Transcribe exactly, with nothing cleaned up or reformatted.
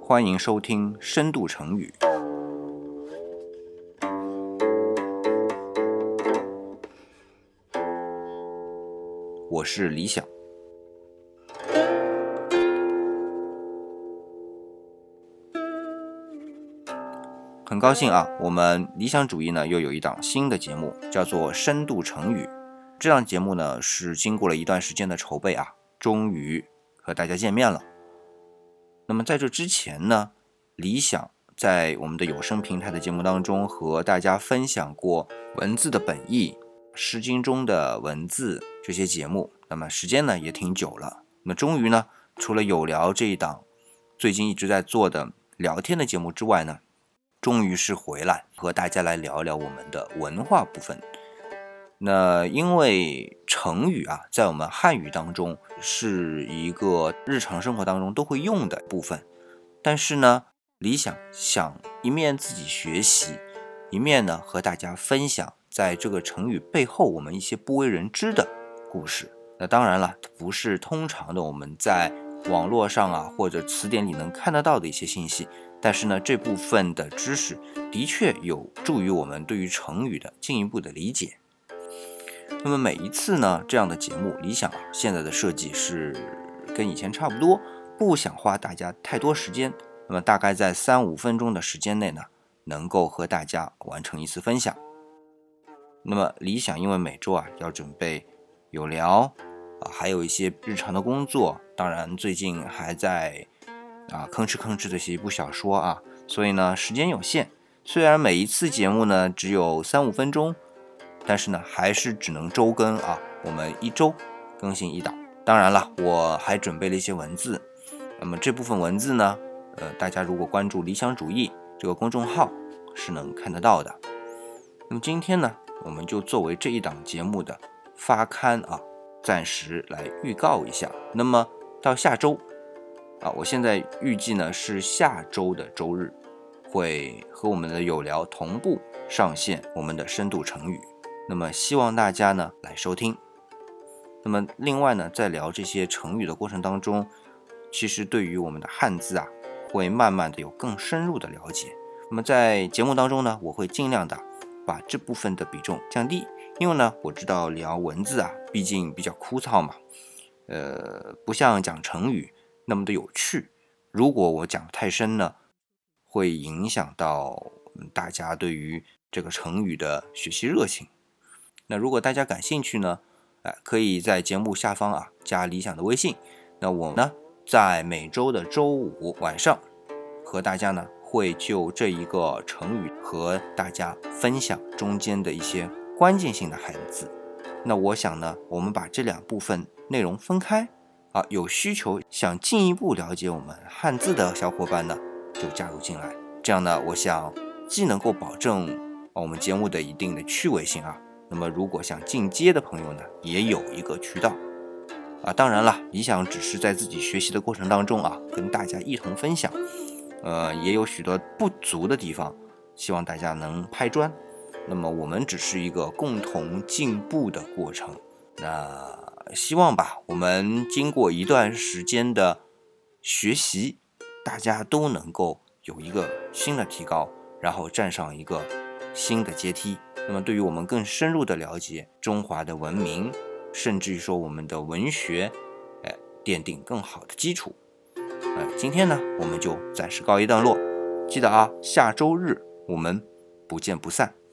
欢迎收听深度成语。我是理想。很高兴啊，我们理想主义呢又有一档新的节目，叫做深度成语。这档节目呢是经过了一段时间的筹备啊，终于和大家见面了。那么在这之前呢，理想在我们的有声平台的节目当中和大家分享过文字的本意、诗经中的文字这些节目，那么时间呢也挺久了。那么终于呢，除了有聊这一档最近一直在做的聊天的节目之外呢，终于是回来和大家来聊聊我们的文化部分。那因为成语啊，在我们汉语当中是一个日常生活当中都会用的部分，但是呢，理想想一面自己学习，一面呢和大家分享在这个成语背后我们一些不为人知的故事。那当然了，不是通常的我们在网络上啊或者词典里能看得到的一些信息，但是呢，这部分的知识的确有助于我们对于成语的进一步的理解。那么每一次呢，这样的节目，理想啊现在的设计是跟以前差不多，不想花大家太多时间，那么大概在三五分钟的时间内呢，能够和大家完成一次分享。那么理想因为每周啊要准备有聊啊，还有一些日常的工作，当然最近还在啊吭哧吭哧的写一部小说啊，所以呢时间有限。虽然每一次节目呢只有三五分钟，但是呢还是只能周更啊，我们一周更新一档。当然了，我还准备了一些文字，那么这部分文字呢，呃，大家如果关注理想主义这个公众号是能看得到的。那么今天呢，我们就作为这一档节目的发刊啊，暂时来预告一下。那么到下周啊，我现在预计呢是下周的周日会和我们的有聊同步上线我们的深度成语。那么希望大家呢来收听。那么另外呢，在聊这些成语的过程当中，其实对于我们的汉字啊，会慢慢的有更深入的了解。那么在节目当中呢，我会尽量的把这部分的比重降低，因为呢，我知道聊文字啊，毕竟比较枯燥嘛，呃，不像讲成语那么的有趣。如果我讲太深呢，会影响到大家对于这个成语的学习热情。那如果大家感兴趣呢，哎，可以在节目下方啊加理想的微信。那我呢，在每周的周五晚上和大家呢会就这一个成语和大家分享中间的一些关键性的汉字。那我想呢，我们把这两部分内容分开啊，有需求想进一步了解我们汉字的小伙伴呢，就加入进来。这样呢，我想既能够保证我们节目的一定的趣味性啊，那么如果想进阶的朋友呢，也有一个渠道啊。当然了，理想只是在自己学习的过程当中啊，跟大家一同分享，呃，也有许多不足的地方，希望大家能拍砖。那么我们只是一个共同进步的过程。那希望吧，我们经过一段时间的学习，大家都能够有一个新的提高，然后站上一个新的阶梯。那么对于我们更深入的了解中华的文明，甚至于说我们的文学，哎，奠定更好的基础。哎，今天呢，我们就暂时告一段落。记得啊，下周日我们不见不散。